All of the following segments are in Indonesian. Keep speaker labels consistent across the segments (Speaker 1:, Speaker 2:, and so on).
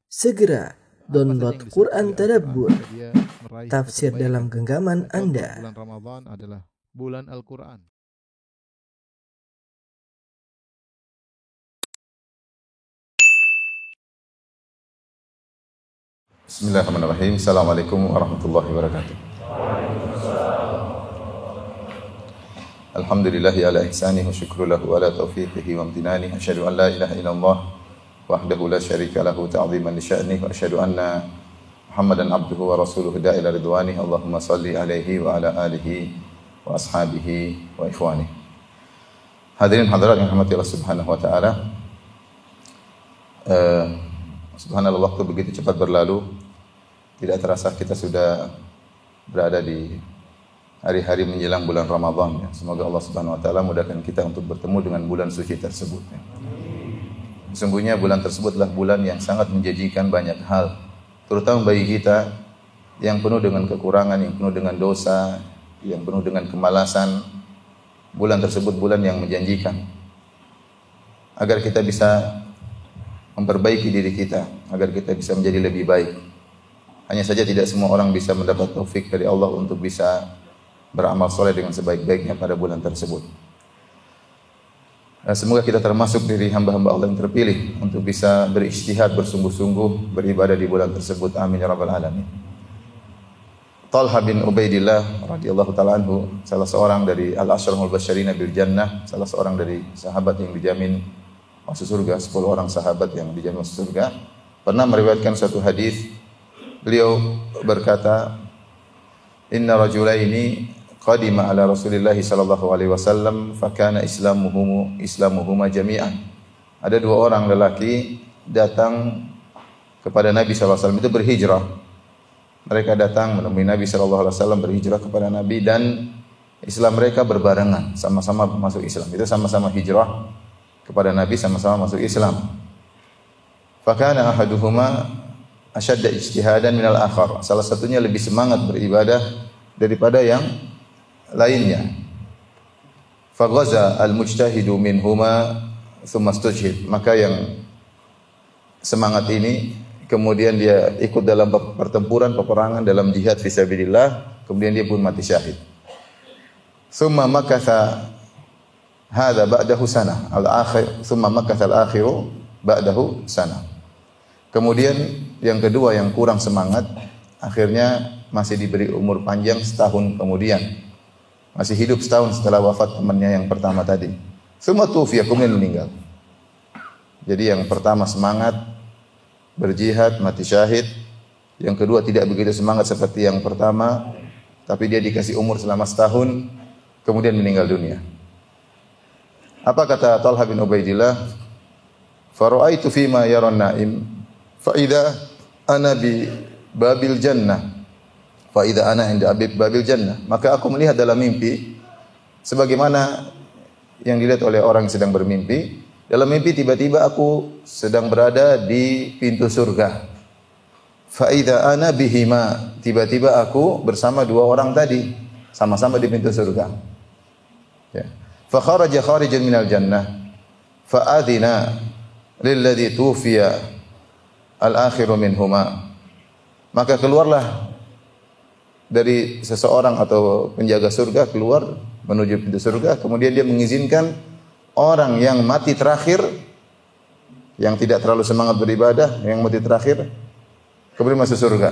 Speaker 1: Segera download Quran Tadabbur, tafsir dalam genggaman Anda.
Speaker 2: Bulan Ramadan adalah bulan Al-Quran.
Speaker 3: Bismillahirrahmanirrahim. Assalamualaikum warahmatullahi wabarakatuh. Alhamdulillahi ala ihsanihi wa syukru lahu ala taufiqihi wa amtinani. Asyhadu an la ilaha illallah wahdahu la syarika lahu ta'ziman li sya'nihi wa asyhadu anna Muhammadan abduhu wa rasuluhu da'ila ridwani. Allahumma salli alaihi wa ala alihi wa ashabihi wa ikhwani. Hadirin hadirat yang rahmati Allah Subhanahu wa taala. Subhanallah, waktu begitu cepat berlalu. Tidak terasa kita sudah berada di hari-hari menjelang bulan Ramadan. Semoga Allah Subhanahu wa taala mudahkan kita untuk bertemu dengan bulan suci tersebut. Sesungguhnya bulan tersebut adalah bulan yang sangat menjanjikan banyak hal, terutama bagi kita yang penuh dengan kekurangan, yang penuh dengan dosa, yang penuh dengan kemalasan. Bulan tersebut bulan yang menjanjikan agar kita bisa memperbaiki diri kita, agar kita bisa menjadi lebih baik. Hanya saja tidak semua orang bisa mendapat taufik dari Allah untuk bisa beramal soleh dengan sebaik-baiknya pada bulan tersebut. Semoga kita termasuk dari hamba-hamba Allah yang terpilih untuk bisa berijtihad, bersungguh-sungguh beribadah di bulan tersebut. Amin ya rabbal alamin. Talha bin Ubaidillah radhiyallahu taala anhu, salah seorang dari al-asyrul mubasysyirina bil jannah, salah seorang dari sahabat yang dijamin masuk surga, 10 orang sahabat yang dijamin masuk surga, pernah meriwayatkan suatu hadis. Beliau berkata, "Inna rajulaini qadima ala Rasulillah sallallahu alaihi wasallam fa kana islamuhuma jami'an." Ada 2 orang lelaki datang kepada Nabi sallallahu alaihi wasallam, itu berhijrah. Mereka datang menemui Nabi sallallahu alaihi wasallam, berhijrah kepada Nabi, dan Islam mereka berbarengan, sama-sama masuk Islam. Itu sama-sama hijrah kepada Nabi, sama-sama masuk Islam. Fa kana ahaduhuma asyadda ijtihadan minal akhar. Salah satunya lebih semangat beribadah daripada yang lainnya. Faghaza al-mujtahidu minhuma thumma istujhid. Maka yang semangat ini kemudian dia ikut dalam pertempuran, peperangan dalam jihad fisabilillah, kemudian dia pun mati syahid. Thumma makatha hadza ba'dahu sanah al-akhir, thumma makatha al-akhiru ba'dahu sanah. Kemudian yang kedua yang kurang semangat akhirnya masih diberi umur panjang setahun kemudian. Masih hidup setahun setelah wafat temannya yang pertama tadi. Semua tufiya, kemudian meninggal. Jadi yang pertama semangat berjihad, mati syahid. Yang kedua tidak begitu semangat seperti yang pertama, tapi dia dikasih umur selama setahun, kemudian meninggal dunia. Apa kata Talha bin Ubaidillah? Fara'aitu fima yaron naim, fa'idha ana bi babil jannah. Fa'idha ana inda babil jannah. Maka aku melihat dalam mimpi sebagaimana yang dilihat oleh orang yang sedang bermimpi. Dalam mimpi tiba-tiba aku sedang berada di pintu surga. Fa'idha ana bihima. Tiba-tiba aku bersama 2 orang tadi, sama-sama di pintu surga. Ya. Fa kharaja kharijan minal jannah. Fa'adhina lilladhi tufiya al-akhiru minhuma. Maka keluarlah dari seseorang atau penjaga surga, keluar menuju pintu surga, kemudian dia mengizinkan orang yang mati terakhir, yang tidak terlalu semangat beribadah, yang mati terakhir, kemudian masuk surga.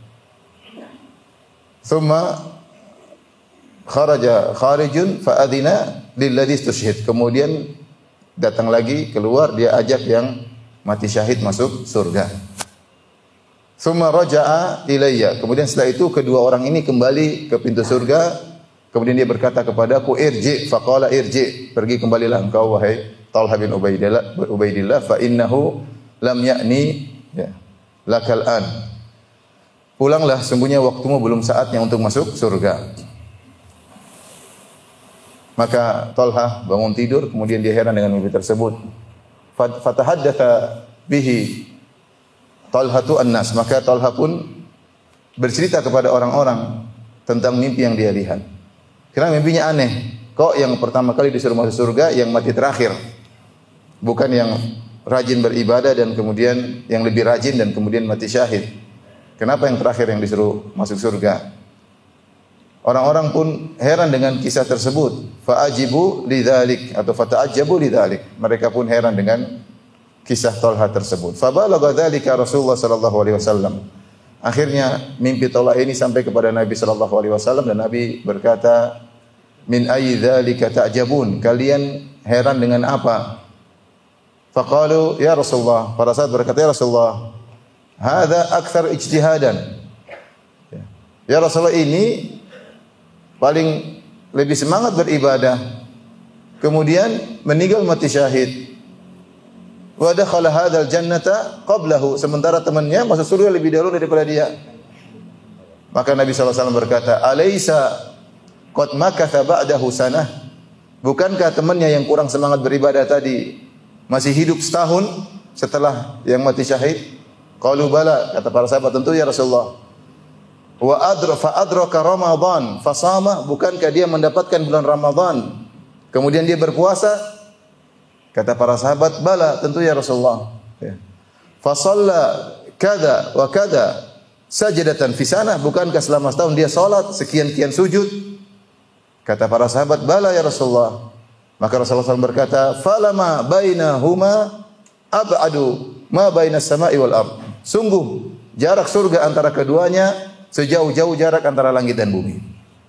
Speaker 3: Thumma kharaja kharijun fa adina lilladhi istushhid. Kemudian datang lagi, keluar, dia ajak yang mati syahid masuk surga. Thumma raja'a ilayya. Kemudian setelah itu kedua orang ini kembali ke pintu surga. Kemudian dia berkata kepadaku, irji, faqala irji, pergi kembalilah engkau wahai Talha bin Ubaidillah, fa innahu lam ya'ni ya, lakal an. Pulanglah, sungguhnya waktumu belum saatnya untuk masuk surga. Maka Talha bangun tidur, kemudian dia heran dengan mimpi tersebut. Fatahaddatha bihi Talhatu an-nas. Maka Talha pun bercerita kepada orang-orang tentang mimpi yang dia lihat. Karena mimpinya aneh. Kok yang pertama kali disuruh masuk surga yang mati terakhir, bukan yang rajin beribadah dan kemudian yang lebih rajin dan kemudian mati syahid. Kenapa yang terakhir yang disuruh masuk surga? Orang-orang pun heran dengan kisah tersebut. Fa'ajibu lidzalik atau fata'ajjabu lidzalik. Mereka pun heran dengan kisah Talha tersebut. Fabalagha dzalika Rasulullah sallallahu alaihi wasallam. Akhirnya mimpi Talha ini sampai kepada Nabi sallallahu alaihi wasallam dan Nabi berkata, "Min ayyi dzalika ta'jabun?" Kalian heran dengan apa? Faqalu ya Rasulullah, para sahabat berkata, ya Rasulullah, hadza aktsar ijtihadan. Ya Rasulullah, ini paling lebih semangat beribadah, kemudian meninggal mati syahid. Wa dakhala hadzal jannata qablahu, sementara temannya masuk surga lebih dahulu daripada dia. Maka Nabi SAW berkata, alaysa qad makatha ba'dahu sanah? Bukankah temannya yang kurang semangat beribadah tadi masih hidup setahun setelah yang mati syahid? Qalu bala, kata para sahabat, tentu ya Rasulullah. Wa adraka Ramadan fasama, bukankah dia mendapatkan bulan Ramadan kemudian dia berpuasa? Kata para sahabat, bala, tentu ya Rasulullah. Fa shalla kada wa kada sajadatan fi sanah, bukankah selama setahun dia salat sekian-kian sujud? Kata para sahabat, bala ya Rasulullah. Maka Rasulullah SAW berkata, falama bainahuma ab'adu ma bainas sama'i wal ard. Sungguh jarak surga antara keduanya sejauh-jauh jarak antara langit dan bumi.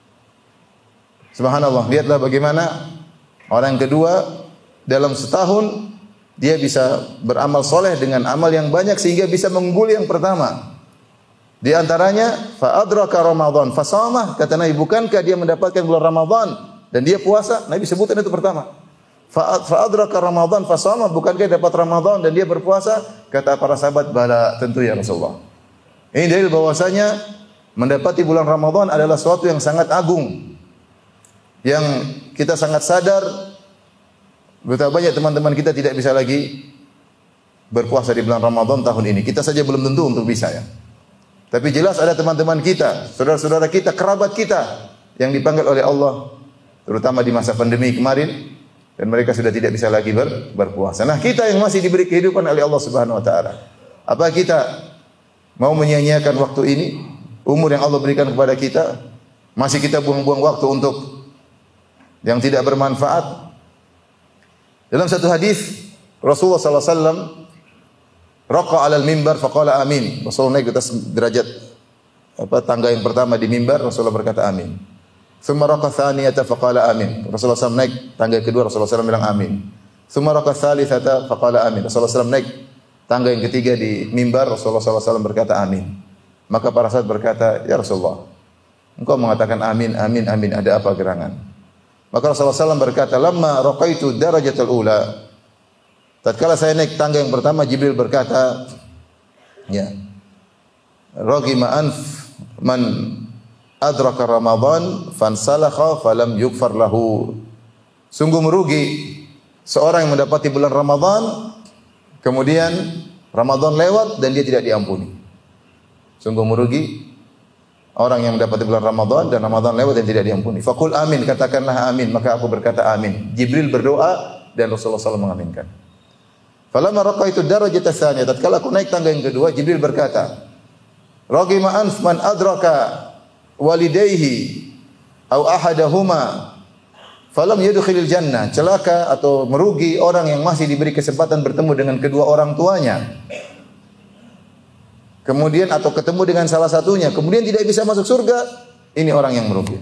Speaker 3: Subhanallah, lihatlah bagaimana orang kedua dalam setahun dia bisa beramal soleh dengan amal yang banyak sehingga bisa mengungguli yang pertama. Di antaranya fa adraka Ramadan fasama, kata Nabi, bukankah dia mendapatkan bulan Ramadan dan dia puasa? Nabi sebutkan itu pertama. Fa adraka Ramadan fasama, bukankah dia dapat Ramadan dan dia berpuasa? Kata para sahabat, bala, tentu ya Rasulullah. Ini dalil bahwasanya mendapati bulan Ramadan adalah sesuatu yang sangat agung, yang kita sangat sadar betapa banyak teman-teman kita tidak bisa lagi berpuasa di bulan Ramadan tahun ini. Kita saja belum tentu untuk bisa, ya. Tapi jelas ada teman-teman kita, saudara-saudara kita, kerabat kita yang dipanggil oleh Allah, terutama di masa pandemi kemarin, dan mereka sudah tidak bisa lagi berpuasa. Nah, kita yang masih diberi kehidupan oleh Allah Subhanahu wa taala, apa kita mau menyia-nyiakan waktu ini? Umur yang Allah berikan kepada kita, masih kita buang-buang waktu untuk yang tidak bermanfaat? Dalam satu hadis Rasulullah sallallahu alaihi wasallam raqa 'alal mimbar faqala amin. Rasulullah naik ke atas derajat tangga yang pertama di mimbar, Rasulullah berkata amin. Tsumma raqa tsaniyata faqala amin. Rasulullah SAW naik tangga kedua, Rasulullah SAW bilang amin. Tsumma raqa tsalitsata faqala amin. Rasulullah SAW naik tangga yang ketiga di mimbar, Rasulullah SAW berkata amin. Maka para sahabat berkata, ya Rasulullah, engkau mengatakan amin, amin, amin, ada apa gerangan? Maka Rasulullah SAW berkata, lamma raqaitu darajatul ula. Tatkala saya naik tangga yang pertama, Jibril berkata, ya, ragima anf man adraka Ramadan fansalakha falam yughfar lahu. Sungguh merugi seorang yang mendapati bulan Ramadan, kemudian Ramadan lewat dan dia tidak diampuni. Sungguh merugi orang yang mendapati bulan Ramadan dan Ramadan lewat dan tidak diampuni. Faqul amin, katakanlah amin. Maka aku berkata amin. Jibril berdoa dan Rasulullah SAW mengaminkan. Falamma raqaitu darajata tsaniyah, tatkala aku naik tangga yang kedua, Jibril berkata, ragima anf man adraka walidayhi aw ahadahuma falam yadkhulil jannah. Celaka atau merugi orang yang masih diberi kesempatan bertemu dengan kedua orang tuanya, kemudian atau ketemu dengan salah satunya, kemudian tidak bisa masuk surga. Ini orang yang merugi.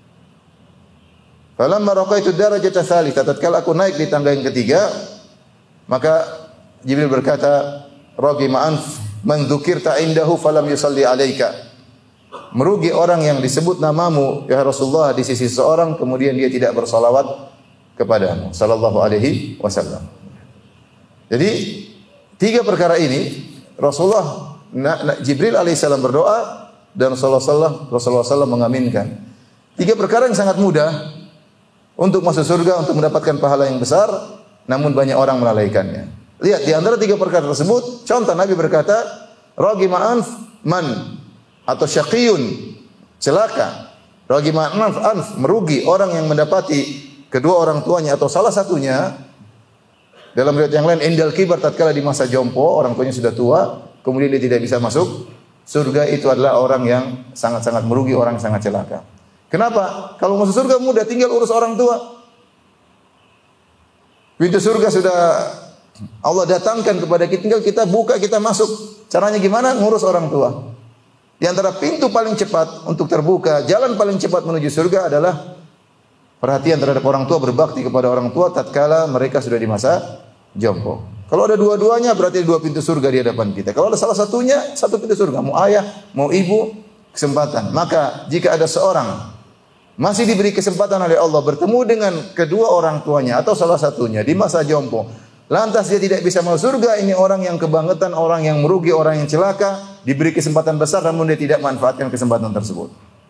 Speaker 3: Falamma raqaitu darajata tsalitsah, tatkala aku naik di tangga yang ketiga, maka Jibril berkata, ragima anf man dzukirta indahu falam yusalli alaika. Merugi orang yang disebut namamu ya Rasulullah di sisi seorang, kemudian dia tidak bersalawat kepadamu sallallahu alaihi wasallam. Jadi tiga perkara ini Rasulullah, Jibril alaihissalam berdoa dan Rasulullah SAW mengaminkan. Tiga perkara yang sangat mudah untuk masuk surga, untuk mendapatkan pahala yang besar, namun banyak orang melalaikannya. Lihat di antara tiga perkara tersebut, contoh Nabi berkata, ragima anf man atau syaqiyun, celaka. Ragima anf merugi orang yang mendapati kedua orang tuanya atau salah satunya Dalam riwayat yang lain, indal kibar, tatkala di masa jompo, orang tuanya sudah tua, kemudian dia tidak bisa masuk surga, itu adalah orang yang sangat-sangat merugi, orang yang sangat celaka. Kenapa? Kalau masuk surga mudah, tinggal urus orang tua. Pintu surga sudah Allah datangkan kepada kita, tinggal kita buka, kita masuk. Caranya gimana? Ngurus orang tua. Di antara pintu paling cepat untuk terbuka, jalan paling cepat menuju surga adalah perhatian terhadap orang tua, berbakti kepada orang tua tatkala mereka sudah di masa jompo. Kalau ada dua-duanya berarti ada 2 pintu surga di hadapan kita. Kalau ada salah satunya, 1 pintu surga. Mau ayah, mau ibu, kesempatan. Maka jika ada seorang masih diberi kesempatan oleh Allah bertemu dengan kedua orang tuanya atau salah satunya di masa jompo, lantas dia tidak bisa masuk surga, ini orang yang kebangetan, orang yang merugi, orang yang celaka, diberi kesempatan besar namun dia tidak manfaatkan kesempatan tersebut.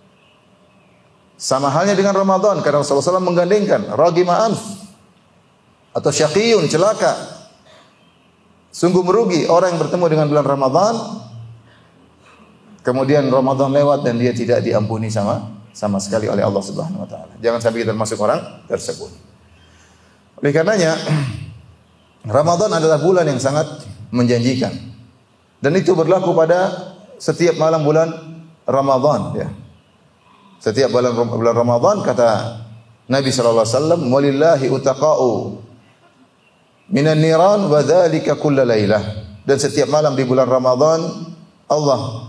Speaker 3: Sama halnya dengan Ramadan, karena Rasulullah SAW menggandengkan ragima anf atau syaqiyun, celaka. Sungguh merugi orang yang bertemu dengan bulan Ramadan, kemudian Ramadan lewat dan dia tidak diampuni sama sekali oleh Allah Subhanahu wa taala. Jangan sampai kita termasuk orang tersebut. Oleh karenanya Ramadan adalah bulan yang sangat menjanjikan. Dan itu berlaku pada setiap malam bulan Ramadan, ya. Setiap bulan Ramadan kata Nabi sallallahu alaihi wasallam, "Walillahi utaqa'u minan niran wa dzalika kulla lailah." Dan setiap malam di bulan Ramadan Allah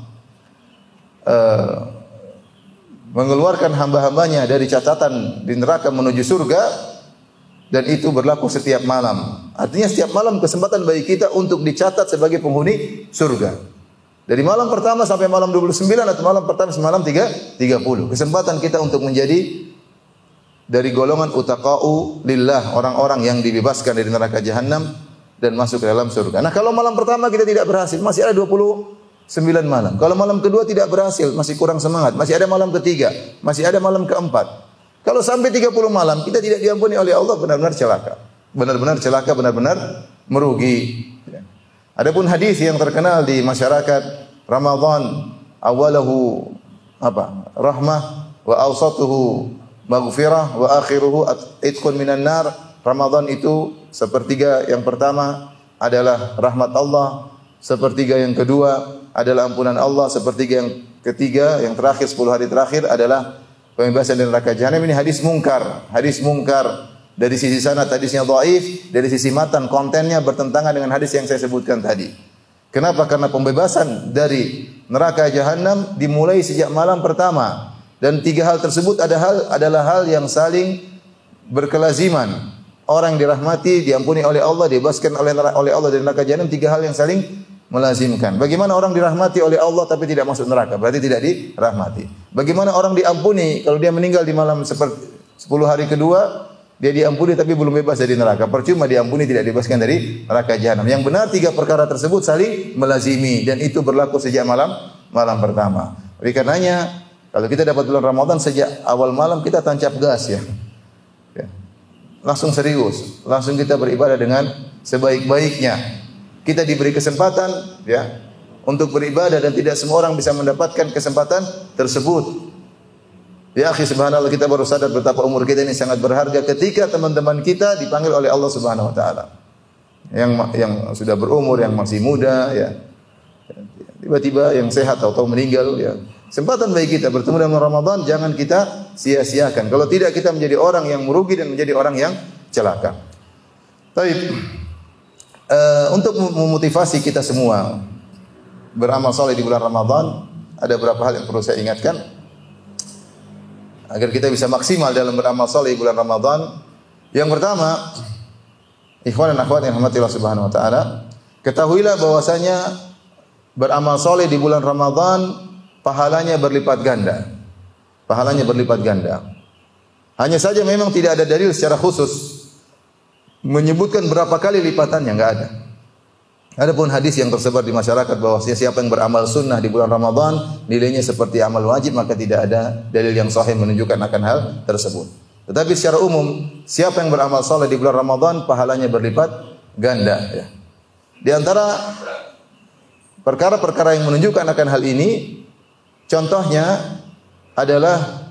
Speaker 3: mengeluarkan hamba-hambanya dari catatan di neraka menuju surga, dan itu berlaku setiap malam. Artinya setiap malam kesempatan bagi kita untuk dicatat sebagai penghuni surga. Dari malam pertama sampai malam 29 atau malam pertama sampai malam 30. Kesempatan kita untuk menjadi dari golongan utaqa'u lillah, orang-orang yang dibebaskan dari neraka jahanam dan masuk ke dalam surga. Nah, kalau malam pertama kita tidak berhasil, masih ada 29 malam. Kalau malam kedua tidak berhasil, masih kurang semangat. Masih ada malam ketiga, masih ada malam keempat. Kalau sampai 30 malam kita tidak diampuni oleh Allah, benar-benar celaka. Benar-benar celaka, benar-benar merugi. Adapun hadis yang terkenal di masyarakat, Ramadan awalahu rahmah wa awsatuhu maghfirah wa akhiruhu itqun minan nar. Ramadan itu sepertiga yang pertama adalah rahmat Allah, sepertiga yang kedua adalah ampunan Allah, sepertiga yang ketiga, yang terakhir 10 hari terakhir adalah pembebasan dari neraka jahanam. Ini hadis mungkar. Hadis mungkar. Dari sisi sanad hadisnya dhaif, dari sisi matan kontennya bertentangan dengan hadis yang saya sebutkan tadi. Kenapa? Karena pembebasan dari neraka jahanam dimulai sejak malam pertama, dan 3 hal tersebut adalah hal yang saling berkelaziman. Orang yang dirahmati, diampuni oleh Allah, dibebaskan oleh Allah dari neraka jahanam, 3 hal yang saling melazimkan. Bagaimana orang dirahmati oleh Allah tapi tidak masuk neraka? Berarti tidak dirahmati. Bagaimana orang diampuni kalau dia meninggal di malam seperti 10 hari kedua, dia diampuni tapi belum bebas dari neraka. Percuma diampuni tidak dibebaskan dari neraka jahanam. Yang benar 3 perkara tersebut saling melazimi, dan itu berlaku sejak malam pertama. Oleh karenanya kalau kita dapat bulan Ramadan sejak awal malam kita tancap gas, ya. Langsung serius, langsung kita beribadah dengan sebaik-baiknya. Kita diberi kesempatan, ya, untuk beribadah, dan tidak semua orang bisa mendapatkan kesempatan tersebut. Ya akhi, subhanallah, kita baru sadar betapa umur kita ini sangat berharga ketika teman-teman kita dipanggil oleh Allah Subhanahu wa taala. Yang sudah berumur, yang masih muda, ya. Tiba-tiba yang sehat atau meninggal, ya. Kesempatan bagi kita bertemu dengan Ramadan jangan kita sia-siakan. Kalau tidak kita menjadi orang yang merugi dan menjadi orang yang celaka. Baik. Untuk memotivasi kita semua beramal saleh di bulan Ramadan, ada beberapa hal yang perlu saya ingatkan agar kita bisa maksimal dalam beramal saleh di bulan Ramadan. Yang pertama, ikhwan dan akhwat yang dirahmati Allah Subhanahu wa taala, ketahuilah bahwasanya beramal saleh di bulan Ramadan pahalanya berlipat ganda. Pahalanya berlipat ganda. Hanya saja memang tidak ada dalil secara khusus menyebutkan berapa kali lipatannya, enggak ada. Adapun hadis yang tersebar di masyarakat bahwa siapa yang beramal sunnah di bulan Ramadan nilainya seperti amal wajib, maka tidak ada dalil yang sahih menunjukkan akan hal tersebut. Tetapi secara umum, siapa yang beramal saleh di bulan Ramadan pahalanya berlipat ganda, ya. Di antara perkara-perkara yang menunjukkan akan hal ini, contohnya adalah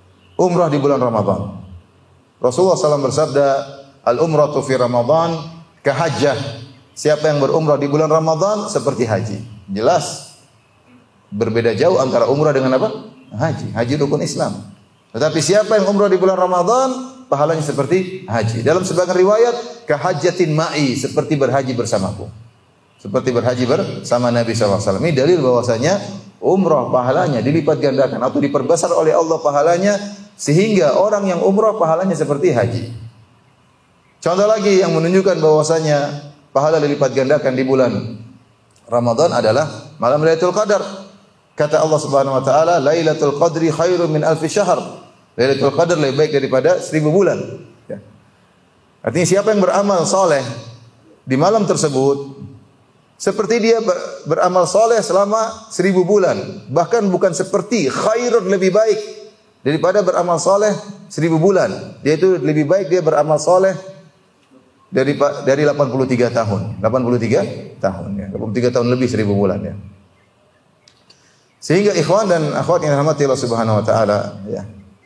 Speaker 3: umrah di bulan Ramadan. Rasulullah SAW bersabda, "Al-umratu fi Ramadan kahajjah. Siapa yang berumrah di bulan Ramadan seperti haji. Jelas berbeda jauh antara umrah dengan apa? Haji. Haji rukun Islam. Tetapi siapa yang umrah di bulan Ramadan, pahalanya seperti haji. Dalam sebagian riwayat, kahajjatin ma'i, seperti berhaji bersamaku. Seperti berhaji bersama Nabi SAW. Ini dalil bahwasanya umrah pahalanya dilipat gandakan atau diperbesar oleh Allah pahalanya, sehingga orang yang umrah pahalanya seperti haji. Contoh lagi yang menunjukkan bahwasanya pahala dilipat gandakan di bulan Ramadan adalah malam Lailatul Qadar. Kata Allah Subhanahu wa taala, Lailatul Qadri khairum min alfi syahr. Lailatul Qadar lebih baik daripada 1000 bulan. Ya. Artinya siapa yang beramal soleh di malam tersebut, seperti dia beramal soleh selama 1000 bulan. Bahkan bukan seperti, khairun, lebih baik daripada beramal soleh 1000 bulan. Dia itu lebih baik dia beramal soleh dari 83 tahun. 83 tahun ya. 83 tahun lebih 1000 bulan ya. Sehingga ikhwan dan akhwat yang dirahmati Allah Subhanahu wa taala ya.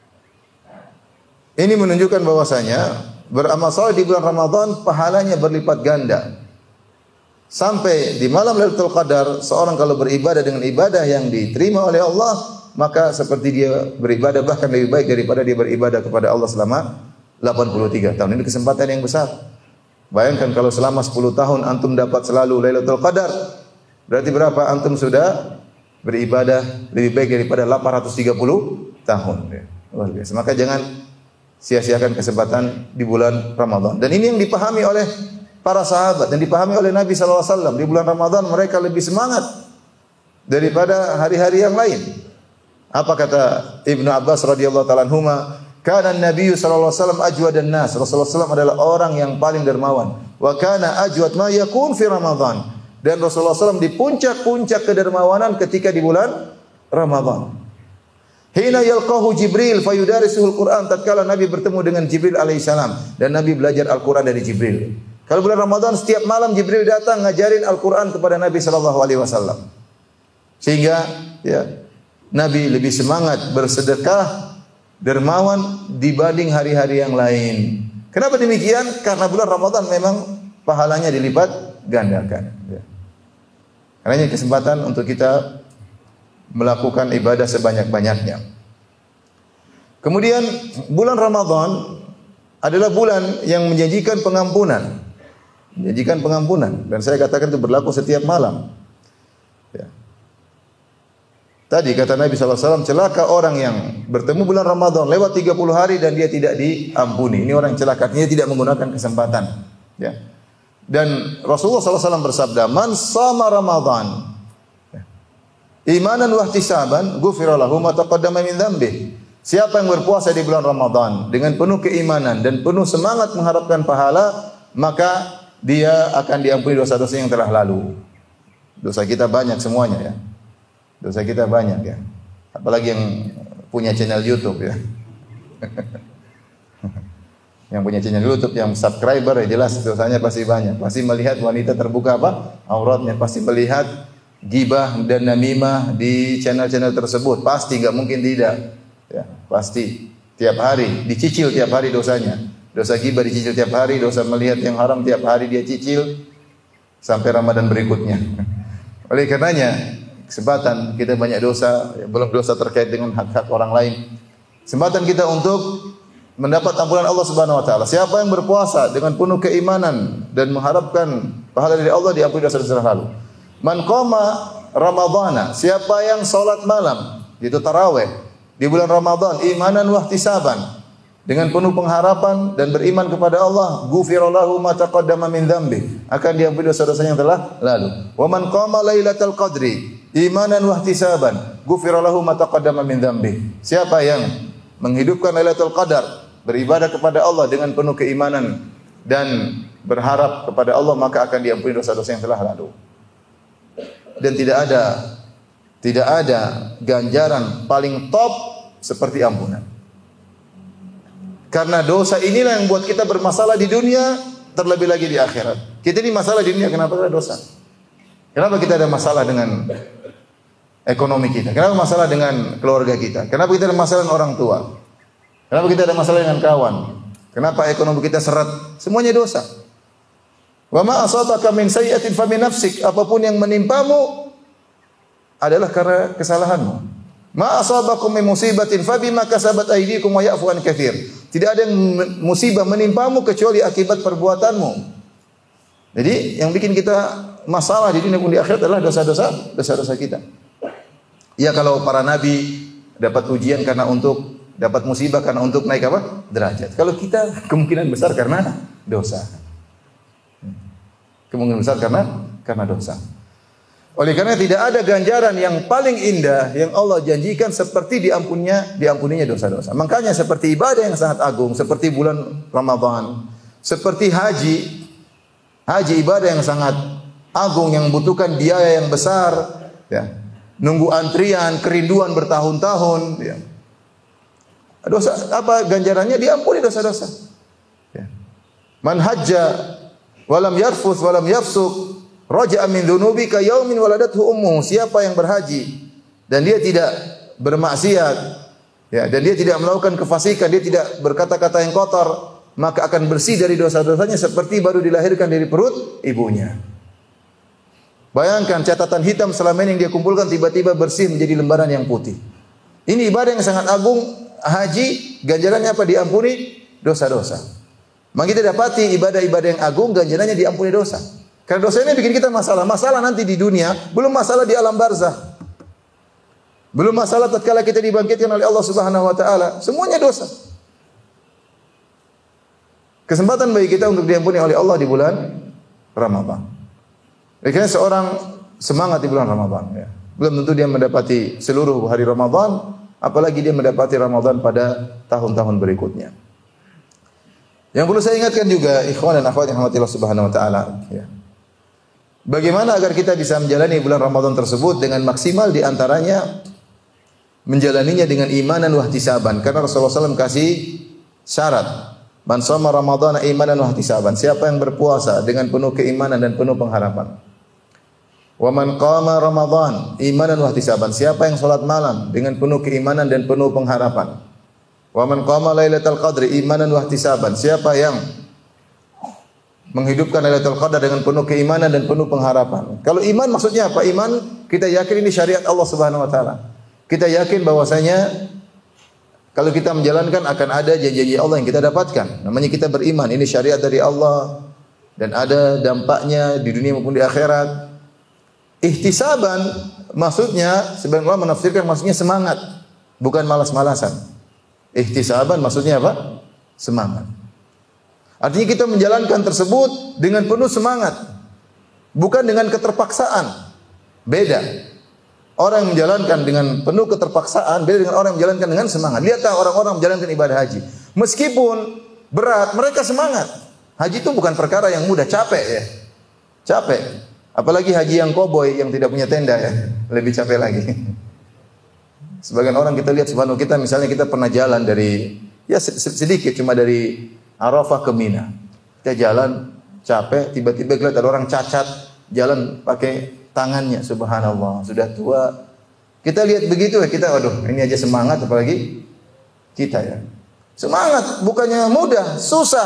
Speaker 3: Ini menunjukkan bahwasanya beramal saleh di bulan Ramadan pahalanya berlipat ganda. Sampai di malam Lailatul Qadar, seorang kalau beribadah dengan ibadah yang diterima oleh Allah, maka seperti dia beribadah bahkan lebih baik daripada dia beribadah kepada Allah selama 83 tahun. Ini kesempatan yang besar. Bayangkan kalau selama 10 tahun antum dapat selalu Lailatul Qadar, berarti berapa antum sudah beribadah lebih baik daripada 830 tahun. Luar biasa. Maka jangan sia-siakan kesempatan di bulan Ramadan. Dan ini yang dipahami oleh para sahabat dan dipahami oleh Nabi SAW. Di bulan Ramadan mereka lebih semangat daripada hari-hari yang lain. Apa kata Ibnu Abbas radhiyallahu ta'ala anhuma? Kana Nabi SAW ajwadan nas. Rasulullah SAW adalah orang yang paling dermawan. Wa kana ajwad ma yakun fi Ramadan. Dan Rasulullah SAW di puncak-puncak kedermawanan ketika di bulan Ramadan. Hina yalqahu Jibril fayudarisuhul Quran. Tatkala Nabi bertemu dengan Jibril alaihissalam dan Nabi belajar Al-Quran dari Jibril. Kalau bulan Ramadan setiap malam Jibril datang ngajarin Al-Quran kepada Nabi SAW. Sehingga ya, Nabi lebih semangat bersedekah, dermawan dibanding hari-hari yang lain. Kenapa demikian? Karena bulan Ramadan memang pahalanya dilipat gandakan. Ya. Karena ini kesempatan untuk kita melakukan ibadah sebanyak-banyaknya. Kemudian bulan Ramadan adalah bulan yang menjanjikan pengampunan. Menjanjikan pengampunan. Dan saya katakan itu berlaku setiap malam. Ya. Tadi kata Nabi SAW, celaka orang yang bertemu bulan Ramadan lewat 30 hari dan dia tidak diampuni. Ini orang yang celaka, dia tidak menggunakan kesempatan. Ya. Dan Rasulullah SAW bersabda, Man sama Ramadan imanan wa ihtisaban ghufira lahu ma taqaddama min dzambih. Siapa yang berpuasa di bulan Ramadan dengan penuh keimanan dan penuh semangat mengharapkan pahala, maka dia akan diampuni dosa-dosa yang telah lalu. Dosa kita banyak semuanya ya. Dosa kita banyak ya. Apalagi yang punya channel YouTube ya. Yang punya channel YouTube, yang subscriber ya jelas dosanya pasti banyak. Pasti melihat wanita terbuka apa? Auratnya. Pasti melihat gibah dan namimah di channel-channel tersebut. Pasti, nggak mungkin tidak. Ya, pasti. Tiap hari, dicicil tiap hari dosanya. Dosa gibah dicicil tiap hari, dosa melihat yang haram tiap hari dia cicil sampai Ramadan berikutnya. Oleh karenanya, kesempatan kita banyak dosa, ya, belum dosa terkait dengan hak-hak orang lain. Kesempatan kita untuk mendapat ampunan Allah Subhanahu wa taala. Siapa yang berpuasa dengan penuh keimanan dan mengharapkan pahala dari Allah, diampuni dosa-dosa lalu. Man qama Ramadhana, siapa yang salat malam, itu tarawih di bulan Ramadan, imanan wa ihtisaban, dengan penuh pengharapan dan beriman kepada Allah, ghufira lahu ma taqaddama min dzambi, akan diampuni dosa-dosa yang telah lalu. Wa man qama lailatal qadri imanan wa ihtisaban, ghufira lahu ma taqaddama min dzambi. Siapa yang menghidupkan Lailatul Qadar, beribadah kepada Allah dengan penuh keimanan dan berharap kepada Allah, maka akan diampuni dosa-dosa yang telah lalu. Dan tidak ada ganjaran paling top seperti ampunan. Karena dosa inilah yang buat kita bermasalah di dunia, terlebih lagi di akhirat. Kita ini masalah di dunia, kenapa ada dosa? Kenapa kita ada masalah dengan ekonomi kita? Kenapa masalah dengan keluarga kita? Kenapa kita ada masalah dengan orang tua? Kenapa kita ada masalah dengan kawan? Kenapa ekonomi kita seret? Semuanya dosa. Wa ma asabaka min sayyi'atin fa min nafsik. Apapun yang menimpamu adalah karena kesalahanmu. Ma asabakum min musibatin fa bima kasabat aydikum wa ya'fu an katsir. Tidak ada yang musibah menimpamu kecuali akibat perbuatanmu. Jadi yang bikin kita masalah di dunia pun di akhirat adalah dosa-dosa kita. Ya kalau para nabi dapat ujian karena untuk dapat musibah karena untuk naik apa? Derajat. Kalau kita kemungkinan besar karena dosa. Kemungkinan besar karena dosa. Oleh karena tidak ada ganjaran yang paling indah yang Allah janjikan seperti diampuninya dosa-dosa. Makanya seperti ibadah yang sangat agung, seperti bulan Ramadan, seperti haji ibadah yang sangat agung yang membutuhkan biaya yang besar, ya. Nunggu antrian, kerinduan bertahun-tahun, ya. Dosa apa ganjarannya? Diampuni dosa-dosa. Ya. Man hajja walam yarfuth walam yafsuk raja'a min dzunubi ka yaumin waladathu ummuhu. Siapa yang berhaji dan dia tidak bermaksiat, ya, dan dia tidak melakukan kefasikan, dia tidak berkata-kata yang kotor, maka akan bersih dari dosa-dosanya seperti baru dilahirkan dari perut ibunya. Bayangkan catatan hitam selama ini yang dia kumpulkan tiba-tiba bersih menjadi lembaran yang putih. Ini ibadah yang sangat agung, haji, ganjarannya apa? Diampuni dosa-dosa. Maka kita dapati ibadah-ibadah yang agung, ganjarannya diampuni dosa. Karena dosa ini bikin kita masalah. Masalah nanti di dunia, belum masalah di alam barzah. Belum masalah tatkala kita dibangkitkan oleh Allah Subhanahu wa taala. Semuanya dosa. Kesempatan bagi kita untuk diampuni oleh Allah di bulan Ramadan. Karena seorang semangat di bulan Ramadan, ya. Belum tentu dia mendapati seluruh hari Ramadan, apalagi dia mendapati Ramadan pada tahun-tahun berikutnya. Yang perlu saya ingatkan juga, ikhwan dan akhwat yang dirahmati Allah Subhanahu wa taala, ya. Bagaimana agar kita bisa menjalani bulan Ramadan tersebut dengan maksimal, di antaranya menjalaninya dengan imanan wa ihtisaban. Karena Rasulullah SAW kasih syarat. Man shoma Ramadhana imanan wa ihtisaban. Siapa yang berpuasa dengan penuh keimanan dan penuh pengharapan. Wa man qama Ramadhan imanan wa ihtisaban. Siapa yang salat malam dengan penuh keimanan dan penuh pengharapan. Wa man qama Lailatul Qadri imanan wa ihtisaban. Siapa yang menghidupkan Lailatul Qadar dengan penuh keimanan dan penuh pengharapan. Kalau iman maksudnya apa? Iman kita yakin ini syariat Allah Subhanahu wa taala. Kita yakin bahwasanya kalau kita menjalankan akan ada janji-janji Allah yang kita dapatkan. Namanya kita beriman, ini syariat dari Allah dan ada dampaknya di dunia maupun di akhirat. Ihtisaban maksudnya sebagian ulama menafsirkan maksudnya semangat, bukan malas-malasan. Ihtisaban maksudnya apa? Semangat. Artinya kita menjalankan tersebut dengan penuh semangat, bukan dengan keterpaksaan. Beda. Orang yang menjalankan dengan penuh keterpaksaan beda dengan orang yang menjalankan dengan semangat. Lihatlah orang-orang menjalankan ibadah haji. Meskipun berat, mereka semangat. Haji itu bukan perkara yang mudah, capek ya. Capek. Apalagi haji yang koboi yang tidak punya tenda ya, lebih capek lagi. Sebagian orang kita lihat subhanallah, kita misalnya kita pernah jalan dari ya sedikit cuma dari Arafah ke Mina. Kita jalan capek, tiba-tiba lihat ada orang cacat jalan pakai tangannya, subhanallah, sudah tua. Kita lihat begitu ya, kita waduh, ini aja semangat apalagi kita ya. Semangat bukannya mudah, susah.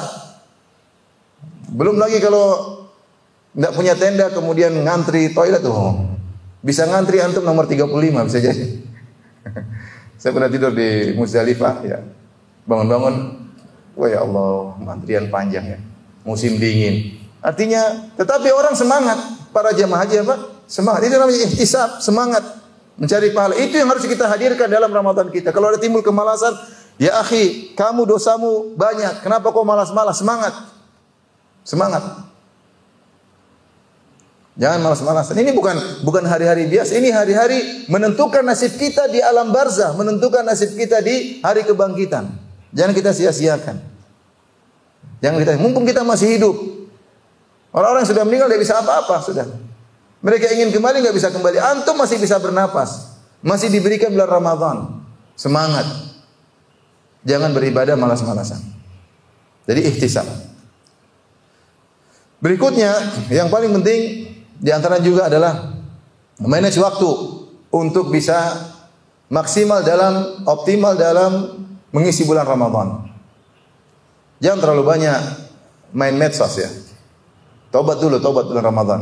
Speaker 3: Belum lagi kalau enggak punya tenda kemudian ngantri toilet tuh. Bisa ngantri antum nomor 35 bisa jadi. Saya pernah tidur di Muzdalifah ya. Bangun-bangun, wah ya Allah, antrian panjang ya. Musim dingin. Artinya, tetapi orang semangat, para jamaah haji apa? Semangat. Itu namanya ihtisab, semangat mencari pahala. Itu yang harus kita hadirkan dalam Ramadan kita. Kalau ada timbul kemalasan, ya akhi, kamu dosamu banyak. Kenapa kau malas-malas? Semangat. Semangat. Jangan malas-malasan. Ini bukan hari-hari biasa. Ini hari-hari menentukan nasib kita di alam barzah, menentukan nasib kita di hari kebangkitan. Jangan kita sia-siakan. Jangan kita, mumpung kita masih hidup. Orang-orang yang sudah meninggal tidak bisa apa-apa sudah. Mereka ingin kembali nggak bisa kembali. Antum masih bisa bernapas, masih diberikan bulan Ramadan. Semangat. Jangan beribadah malas-malasan. Jadi ihtisab. Berikutnya yang paling penting di antara juga adalah manage waktu untuk bisa maksimal dalam optimal dalam mengisi bulan Ramadan. Jangan terlalu banyak main medsos ya. Tobat bulan Ramadan.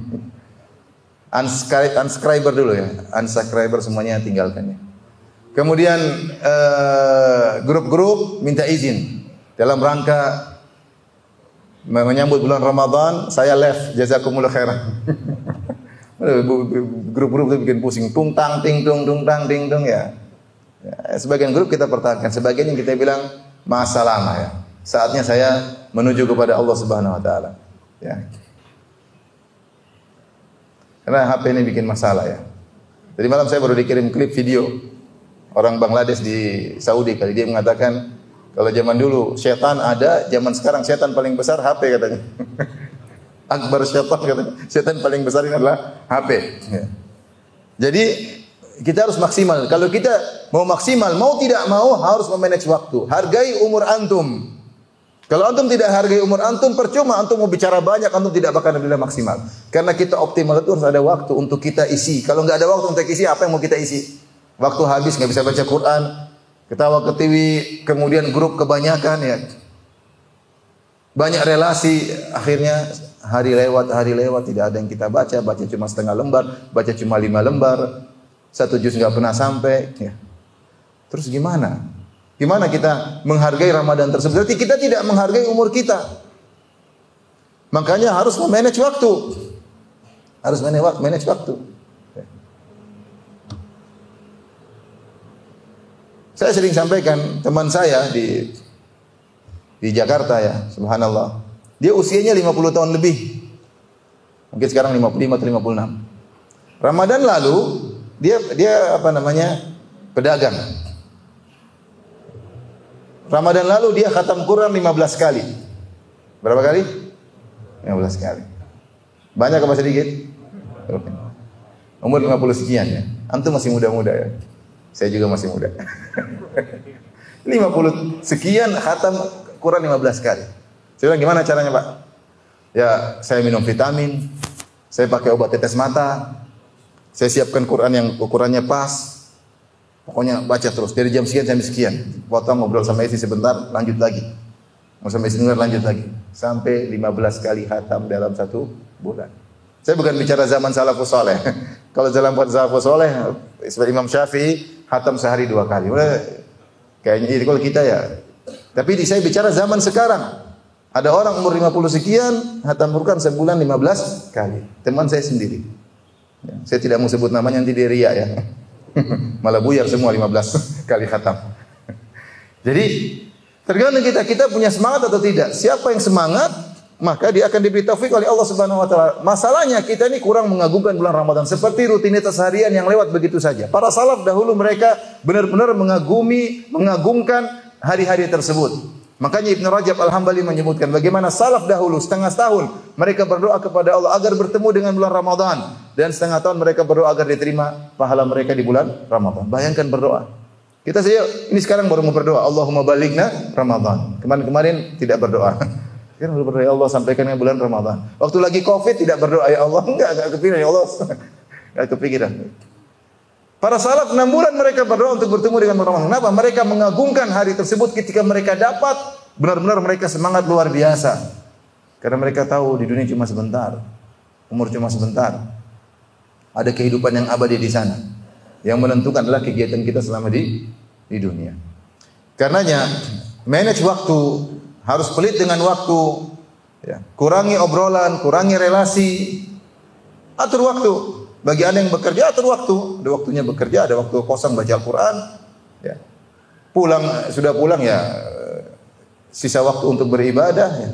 Speaker 3: Unsubscriber dulu ya. Unsubscriber semuanya tinggalkannya. Kemudian grup-grup minta izin dalam rangka menyambut bulan Ramadan, saya left, jazakumullah khairan. Grup-grup itu bikin pusing, tung tang ting tung ya. Sebagian grup kita pertahankan, sebagian yang kita bilang masa lama ya. Saatnya saya menuju kepada Allah Subhanahu wa taala. Ya. Karena HP ini bikin masalah ya. Tadi malam saya baru dikirim klip video orang Bangladesh di Saudi kali, dia mengatakan kalau zaman dulu setan ada, zaman sekarang setan paling besar HP katanya. Akbar syaitan katanya. Setan paling besar ini adalah HP. Ya. Jadi kita harus maksimal. Kalau kita mau maksimal, mau tidak mau harus memanage waktu. Hargai umur antum. Kalau antum tidak hargai umur antum, percuma antum mau bicara banyak, antum tidak bakal bisa maksimal. Karena kita optimal itu harus ada waktu untuk kita isi. Kalau nggak ada waktu untuk isi, apa yang mau kita isi? Waktu habis nggak bisa baca Quran, ketawa ke TV, kemudian grup kebanyakan ya. Banyak relasi, akhirnya hari lewat tidak ada yang kita baca cuma setengah lembar, baca cuma 5 lembar, 1 juz nggak pernah sampai. Ya. Terus gimana? Gimana kita menghargai Ramadan tersebut? Berarti kita tidak menghargai umur kita. Makanya harus memanage waktu. Harus manage waktu. Saya sering sampaikan teman saya di Jakarta ya, subhanallah. Dia usianya 50 tahun lebih. Mungkin sekarang 55 atau 56. Ramadan lalu dia pedagang. Ramadan lalu dia khatam Quran 15 kali. Berapa kali? 15 kali. Banyak apa sedikit? Umur 50 sekian ya. Antum masih muda-muda ya. Saya juga masih muda. 50 sekian khatam Quran 15 kali. Saya bilang gimana caranya Pak? Ya saya minum vitamin, saya pakai obat tetes mata, saya siapkan Quran yang ukurannya pas. Pokoknya baca terus dari jam sekian sampai sekian. Potong ngobrol sama istri sebentar, lanjut lagi. Mau sampai istri dengar, lanjut lagi. Sampai 15 kali khatam dalam 1 bulan. Saya bukan bicara zaman salafus saleh. Kalau zaman salafus saleh, seperti Imam Syafi'i khatam sehari 2 kali. Kayaknya itu kalau kita ya. Tapi saya bicara zaman sekarang. Ada orang umur 50 sekian khatam Quran sebulan 15 kali. Teman saya sendiri. Ya, saya tidak mau sebut namanya, nanti dia riya ya. Malah buyar semua 15 kali khatam. Jadi tergantung kita punya semangat atau tidak. Siapa yang semangat, maka dia akan diberi taufik oleh Allah Subhanahu wa taala. Masalahnya kita ini kurang mengagungkan bulan Ramadan seperti rutinitas harian yang lewat begitu saja. Para salaf dahulu mereka benar-benar mengagungkan hari-hari tersebut. Makanya Ibnu Rajab Al-Hambali menyebutkan bagaimana salaf dahulu setengah tahun mereka berdoa kepada Allah agar bertemu dengan bulan Ramadan, dan setengah tahun mereka berdoa agar diterima pahala mereka di bulan Ramadan. Bayangkan berdoa. Kita saja ini sekarang baru mau berdoa, Allahumma balighna Ramadan. Kemarin tidak berdoa. Kan berdoa ya Allah sampaikan ke bulan Ramadan. Waktu lagi Covid tidak berdoa ya Allah, enggak kepikiran ya Allah. Enggak kepikiran. Para salaf 6 bulan mereka berdoa untuk bertemu dengan Ramadan. Kenapa? Mereka mengagungkan hari tersebut. Ketika mereka dapat, benar-benar mereka semangat luar biasa. Karena mereka tahu di dunia cuma sebentar. Umur cuma sebentar. Ada kehidupan yang abadi di sana. Yang menentukan adalah kegiatan kita selama di dunia. Karenanya, manage waktu. Harus pelit dengan waktu. Ya. Kurangi obrolan, kurangi relasi. Atur waktu. Bagi Anda yang bekerja, atur waktu. Ada waktunya bekerja, ada waktu kosong baca Al-Quran. Ya. Sudah pulang ya, sisa waktu untuk beribadah. Ya.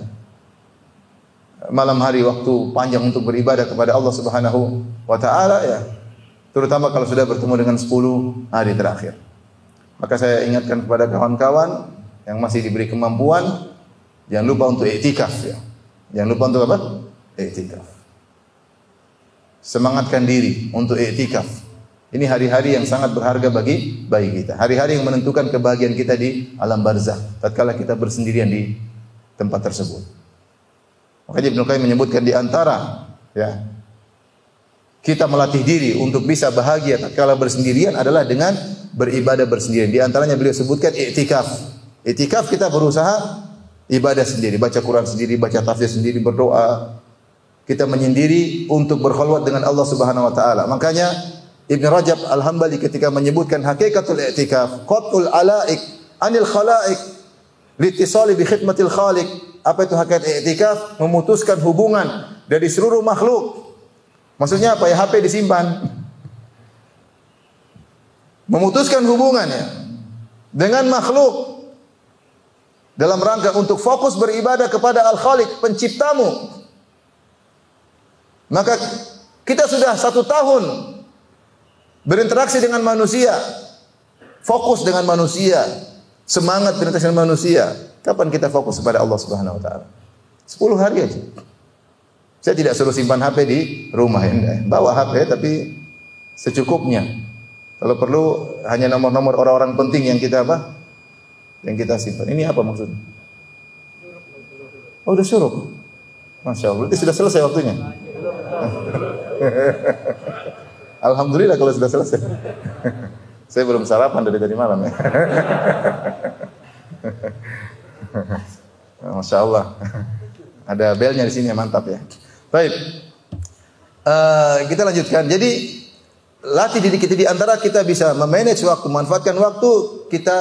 Speaker 3: Malam hari waktu panjang untuk beribadah kepada Allah Subhanahu wa taala ya. Terutama kalau sudah bertemu dengan 10 hari terakhir. Maka saya ingatkan kepada kawan-kawan yang masih diberi kemampuan, jangan lupa untuk iktikaf ya. Jangan lupa untuk apa? Iktikaf. Semangatkan diri untuk iktikaf. Ini hari-hari yang sangat berharga bagi kita. Hari-hari yang menentukan kebahagiaan kita di alam barzakh tatkala kita bersendirian di tempat tersebut. Makanya Ibnu Qayyim menyebutkan di antara ya kita melatih diri untuk bisa bahagia tatkala bersendirian adalah dengan beribadah bersendirian. Di antaranya beliau sebutkan iktikaf. Iktikaf kita berusaha ibadah sendiri, baca Quran sendiri, baca tafsir sendiri, berdoa. kita menyendiri untuk berkhulwat dengan Allah Subhanahu wa taala. Makanya Ibn Rajab Al-Hambali ketika menyebutkan hakikatul i'tikaf, qat'ul alaik anil khalaik litisali bi khidmatil khaliq. Apa itu hakikat i'tikaf? Memutuskan hubungan dari seluruh makhluk. Maksudnya apa ya? HP disimpan. Memutuskan hubungannya dengan makhluk dalam rangka untuk fokus beribadah kepada Al-Khaliq, penciptamu. Maka kita sudah 1 tahun berinteraksi dengan manusia, fokus dengan manusia, semangat berinteraksi dengan manusia. Kapan kita fokus kepada Allah Subhanahu wa taala? 10 hari aja. Saya tidak suruh simpan HP di rumah, bawa HP tapi secukupnya. Kalau perlu hanya nomor-nomor orang-orang penting yang kita apa? Yang kita simpan. Ini apa maksudnya? Oh, udah syuruk. Masya Allah, berarti sudah selesai waktunya. Alhamdulillah kalau sudah selesai. Saya belum sarapan dari tadi malam ya. Masya Allah. Ada belnya di sini, mantap ya. Baik. Kita lanjutkan. Jadi latih diri kita di antara kita bisa memanage waktu, manfaatkan waktu, kita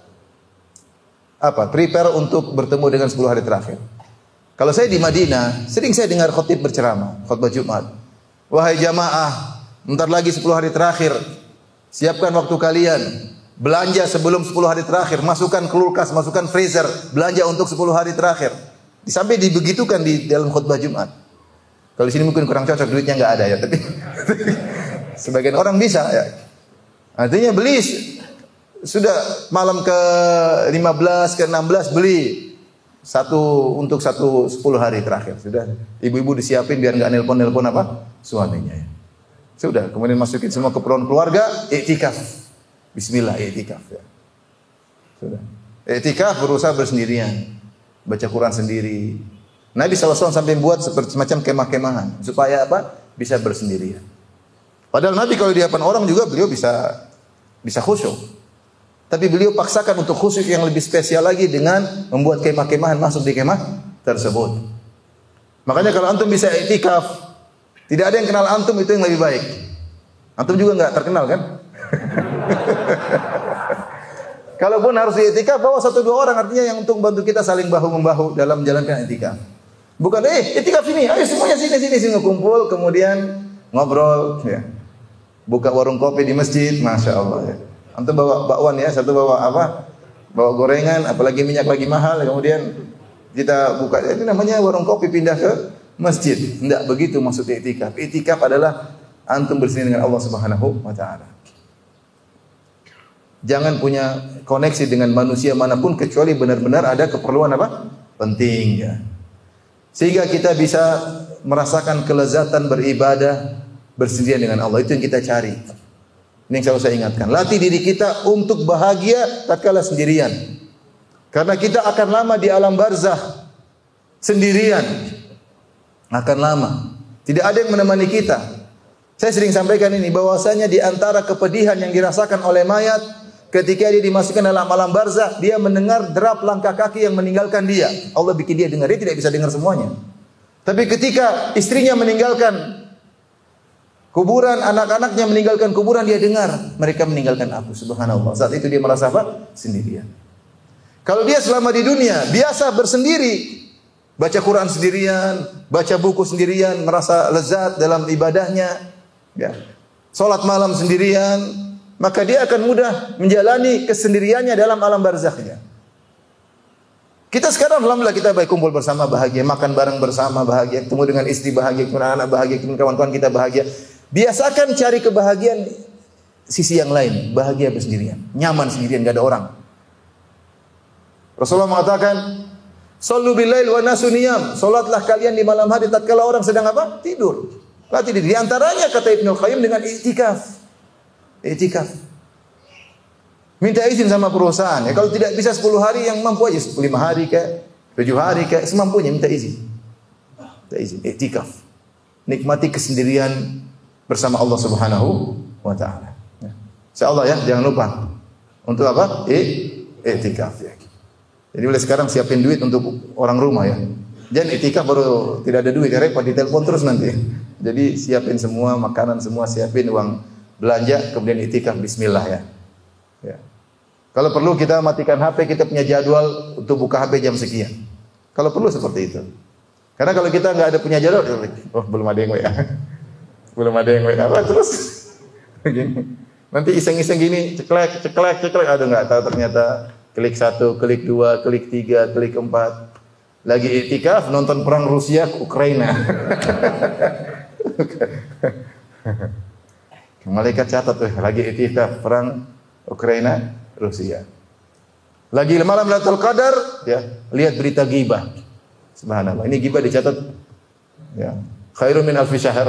Speaker 3: prepare untuk bertemu dengan 10 hari terakhir. Kalau saya di Madinah, sering saya dengar khotib berceramah, khutbah Jumat. Wahai jamaah, bentar lagi 10 hari terakhir. Siapkan waktu kalian. Belanja sebelum 10 hari terakhir, masukkan kulkas, masukkan freezer, belanja untuk 10 hari terakhir. Sampai dibegitukan di dalam khutbah Jumat. Kalau di sini mungkin kurang cocok, duitnya nggak ada ya, tapi sebagian orang bisa ya. Artinya beli sudah malam ke 15 ke 16 beli untuk 10 hari terakhir. Sudah ibu-ibu disiapin biar nggak nelpon apa suaminya ya. Sudah kemudian masukin semua keperluan keluarga, i'tikaf. Bismillah i'tikaf ya. Sudah. I'tikaf berusaha bersendirian. Baca Quran sendiri. Nabi SAW sampai buat seperti semacam kemah-kemahan supaya apa? Bisa bersendirian. Padahal Nabi kalau di hadapan orang juga beliau bisa khusyuk. Tapi beliau paksakan untuk khusyuk yang lebih spesial lagi dengan membuat kemah-kemahan masuk di kemah tersebut. Makanya kalau antum bisa i'tikaf, tidak ada yang kenal antum, itu yang lebih baik. Antum juga enggak terkenal kan? Kalaupun harus i'tikaf, bawa 1-2 orang, artinya yang untuk bantu kita saling bahu-membahu dalam menjalankan i'tikaf. Bukan, i'tikaf sini, ayo semuanya sini kumpul, kemudian ngobrol, ya. Buka warung kopi di masjid, masya Allah. Ya. Antum bawa bakwan ya, satu bawa apa? Bawa gorengan, apalagi minyak lagi mahal, kemudian kita buka. Itu namanya warung kopi pindah ke masjid. Tidak begitu maksud i'tikaf. I'tikaf adalah antum bersama dengan Allah Subhanahu wa taala. Jangan punya koneksi dengan manusia manapun kecuali benar-benar ada keperluan apa? Penting ya. Sehingga kita bisa merasakan kelezatan beribadah bersendirian dengan Allah. Itu yang kita cari. Ini yang selalu saya ingatkan. Latih diri kita untuk bahagia tatkala sendirian. Karena kita akan lama di alam barzah sendirian. Akan lama. Tidak ada yang menemani kita. Saya sering sampaikan ini bahwasanya di antara kepedihan yang dirasakan oleh mayat ketika dia dimasukkan dalam alam barzah, dia mendengar derap langkah kaki yang meninggalkan dia. Allah bikin dia dengar, dia tidak bisa dengar semuanya. Tapi ketika istrinya meninggalkan kuburan, anak-anaknya meninggalkan kuburan, dia dengar mereka meninggalkan aku. Subhanallah. Saat itu dia merasa apa? Sendirian. Kalau dia selama di dunia biasa bersendiri, baca Quran sendirian, baca buku sendirian, merasa lezat dalam ibadahnya, ya. Salat malam sendirian, maka dia akan mudah menjalani kesendiriannya dalam alam barzakhnya. Kita sekarang alhamdulillah kita baik kumpul bersama bahagia, makan bareng bersama bahagia, ketemu dengan istri bahagia, ketemu dengan anak bahagia, ketemu kawan-kawan kita bahagia. Biasakan cari kebahagiaan sisi yang lain, bahagia bersendirian, nyaman sendirian, enggak ada orang. Rasulullah mengatakan, "Shallu billail wa nasu niyam." Salatlah kalian di malam hari tatkala orang sedang apa? Tidur. Latih diri. Di antaranya kata Ibnu Qayyim dengan i'tikaf. I'tikaf. Minta izin sama perusahaan. Ya, kalau tidak bisa 10 hari yang mampu aja 5 hari kayak 7 hari kayak semampunya minta izin. Minta izin. I'tikaf. Nikmati kesendirian bersama Allah Subhanahu wa taala. Ya. Insyaallah ya, jangan lupa. Untuk apa? I'tikaf ya. Jadi mulai sekarang siapin duit untuk orang rumah ya. Jangan itikaf baru tidak ada duit, repot ditelepon terus nanti. Jadi siapin semua makanan, semua siapin uang belanja, kemudian itikaf bismillah ya. Ya. Kalau perlu kita matikan HP, kita punya jadwal untuk buka HP jam sekian. Kalau perlu seperti itu. Karena kalau kita nggak ada punya jadwal, belum ada yang WA. Belum ada yang WA, terus begini. Nanti iseng-iseng gini, ceklek, ada nggak tahu ternyata klik 1, klik 2, klik 3, klik 4. Lagi itikaf nonton perang Rusia ke Ukraina. Malaikat catat tuh, lagi itikaf perang Ukraina, Rusia. Lagi malam Lailatul Qadar, ya, lihat berita ghibah. Subhanallah, ini ghibah dicatat ya, khairun min alfi syahr.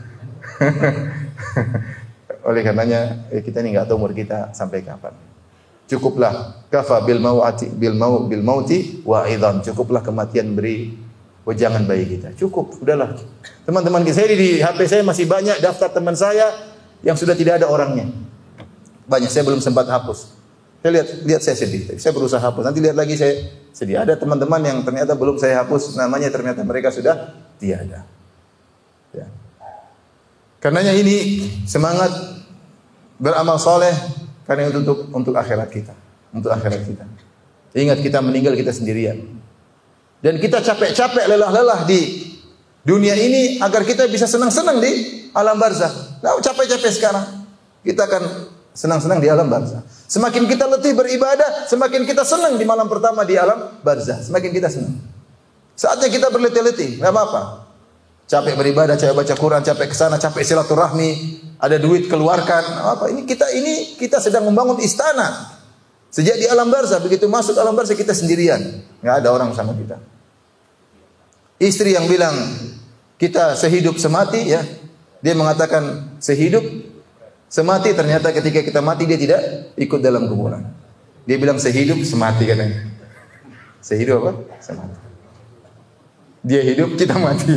Speaker 3: Oleh karenanya kita ini enggak tahu umur kita sampai kapan. Cukuplah kafa bil mauti wa idzam. Cukuplah kematian beri wejangan bagi kita. Cukup, udahlah. Teman-teman saya di HP saya masih banyak daftar teman saya yang sudah tidak ada orangnya. Banyak, saya belum sempat hapus. Saya lihat saya sedih. Saya berusaha hapus. Nanti lihat lagi saya sedih. Ada teman-teman yang ternyata belum saya hapus namanya, ternyata mereka sudah tiada. Ya. Karenanya ini semangat beramal soleh karena untuk akhirat kita, untuk akhirat kita. Ingat kita meninggal kita sendirian. Dan kita capek-capek lelah-lelah di dunia ini agar kita bisa senang-senang di alam barzakh. Nah, capek-capek sekarang. Kita akan senang-senang di alam barzakh. Semakin kita letih beribadah, semakin kita senang di malam pertama di alam barzakh. Semakin kita senang. Saatnya kita berletih-letih, enggak apa-apa. Capek beribadah, capek baca Quran, capek kesana, capek silaturahmi, ada duit keluarkan, apa ini kita sedang membangun istana. Sejak di alam barzakh, begitu masuk alam barzakh kita sendirian, nggak ada orang sama kita. Istri yang bilang kita sehidup semati, ya, dia mengatakan sehidup semati, ternyata ketika kita mati dia tidak ikut dalam kuburan. Dia bilang sehidup semati katanya. Sehidup apa? Semati. Dia hidup, kita mati.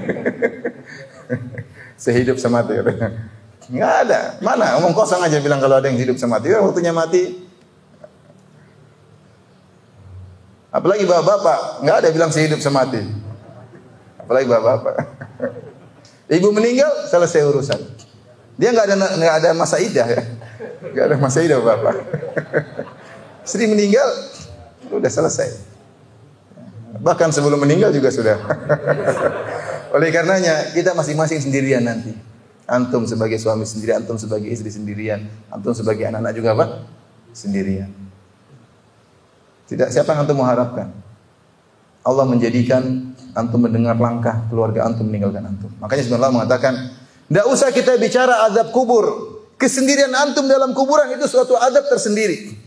Speaker 3: Sehidup semati. Nggak ada. Mana? Omong kosong aja bilang kalau ada yang hidup semati. Ya, waktunya mati. Apalagi bapak-bapak. Nggak ada bilang sehidup semati. Apalagi bapak-bapak. Ibu meninggal, selesai urusan. Dia nggak ada masa idah ya. Nggak ada masa idah bapak. Istri meninggal, udah selesai. Bahkan sebelum meninggal juga sudah. Oleh karenanya kita masing-masing sendirian nanti. Antum sebagai suami sendirian, antum sebagai istri sendirian, antum sebagai anak-anak juga apa? Sendirian. Tidak, siapa yang antum mengharapkan? Allah menjadikan antum mendengar langkah keluarga antum meninggalkan antum. Makanya sebenarnya Allah mengatakan, tidak usah kita bicara azab kubur. Kesendirian antum dalam kuburan itu suatu adab tersendiri.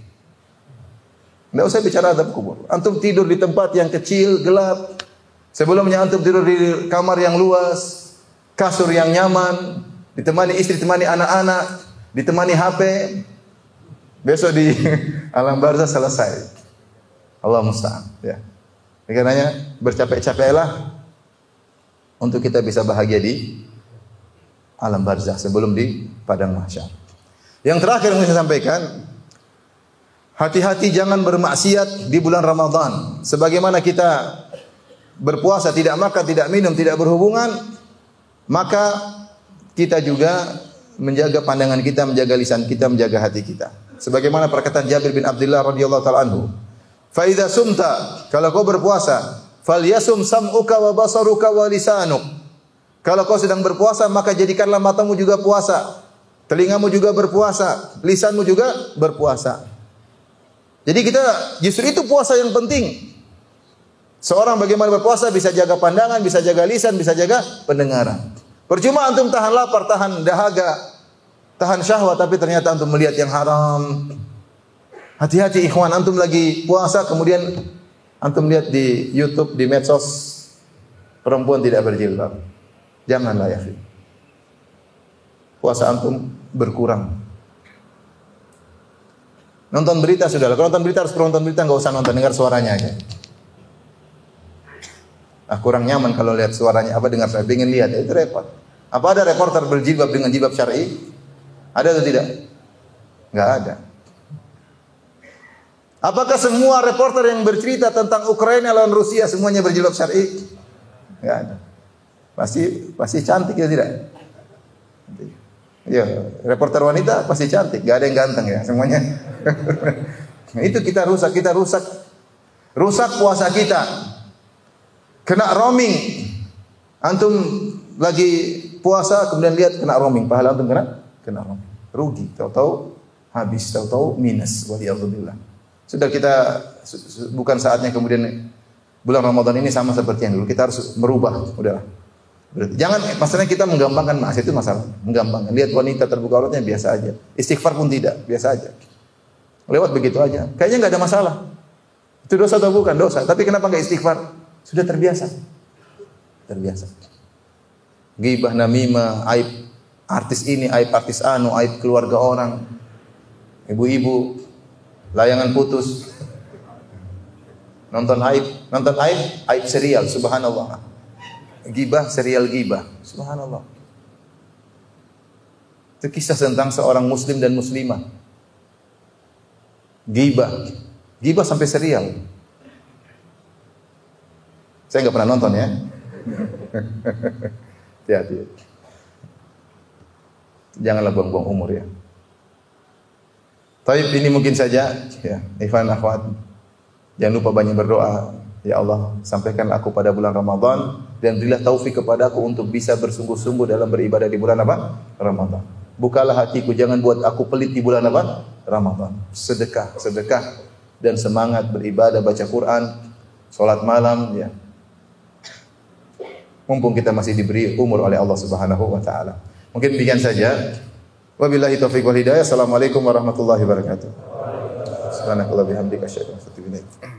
Speaker 3: Tidak usah bicara azab kubur. Antum tidur di tempat yang kecil, gelap. Sebelumnya antum tidur di kamar yang luas, kasur yang nyaman, ditemani istri, ditemani anak-anak, ditemani HP. Besok di alam barzakh selesai. Allah musta'an. Ya. Karena bercapek-capeklah untuk kita bisa bahagia di alam barzakh sebelum di padang mahsyar. Yang terakhir yang saya sampaikan, hati-hati jangan bermaksiat di bulan Ramadan. Sebagaimana kita berpuasa, tidak makan, tidak minum, tidak berhubungan, maka kita juga menjaga pandangan kita, menjaga lisan kita, menjaga hati kita. Sebagaimana perkataan Jabir bin Abdullah radhiyallahu taala anhu, "Fa idza sumta," kalau kau berpuasa, "falyasum sam'uka wa basaruka wa lisanuk." Kalau kau sedang berpuasa, maka jadikanlah matamu juga puasa, telingamu juga berpuasa, lisanmu juga berpuasa. Jadi kita justru itu puasa yang penting. Seorang bagaimana berpuasa bisa jaga pandangan, bisa jaga lisan, bisa jaga pendengaran. Percuma antum tahan lapar, tahan dahaga, tahan syahwat, tapi ternyata antum melihat yang haram. Hati-hati ikhwan, antum lagi puasa kemudian antum lihat di YouTube, di medsos perempuan tidak berjilbab. Janganlah ya. Puasa antum berkurang. Nonton berita sudah. Kalau nonton berita harus nonton berita, nggak usah nonton, dengar suaranya aja. Kurang nyaman kalau lihat suaranya, apa dengar saya ingin lihat, itu repot. Apa ada reporter berjilbab dengan jilbab syar'i? Ada atau tidak? Nggak ada. Apakah semua reporter yang bercerita tentang Ukraina lawan Rusia semuanya berjilbab syar'i? Enggak ada. Pasti cantik ya tidak? Ya, reporter wanita pasti cantik, enggak ada yang ganteng ya, semuanya. Itu kita rusak puasa kita. Kena roaming. Antum lagi puasa kemudian lihat kena roaming, pahala antum kena roaming. Rugi, tahu-tahu habis, tahu-tahu minus. Waliyadzubillah. Sudah kita bukan saatnya kemudian bulan Ramadan ini sama seperti yang dulu. Kita harus merubah, udahlah. Jangan masalahnya kita menggampangkan maksiat itu masalah, menggampangkan. Lihat wanita terbuka auratnya biasa aja. Istighfar pun tidak, biasa aja. Lewat begitu aja. Kayaknya enggak ada masalah. Itu dosa atau bukan? Dosa. Tapi kenapa enggak istighfar? Sudah terbiasa. Terbiasa. Ghibah, namimah, aib artis ini, aib artis anu, aib keluarga orang. Ibu-ibu layangan putus. Nonton aib serial, subhanallah. Ghibah, serial ghibah, subhanallah. Itu kisah tentang seorang muslim dan muslimah. Ghibah sampai serial. Saya nggak pernah nonton ya. Hati-hati. Janganlah buang-buang umur ya. Taib, ini mungkin saja ya. Ikhwan akhwat, jangan lupa banyak berdoa. Ya Allah, sampaikan aku pada bulan Ramadan dan berilah taufik kepada aku untuk bisa bersungguh-sungguh dalam beribadah di bulan apa? Ramadan. Bukalah hatiku, jangan buat aku pelit di bulan apa? Ramadan. Sedekah dan semangat beribadah, baca Quran, salat malam ya. Mumpung kita masih diberi umur oleh Allah Subhanahu wa taala. Mungkin demikian saja. Wabillahi taufiq wal hidayah. Assalamualaikum warahmatullahi wabarakatuh. Subhanakallahumma bihamdika asyhadu an la ilaha illa anta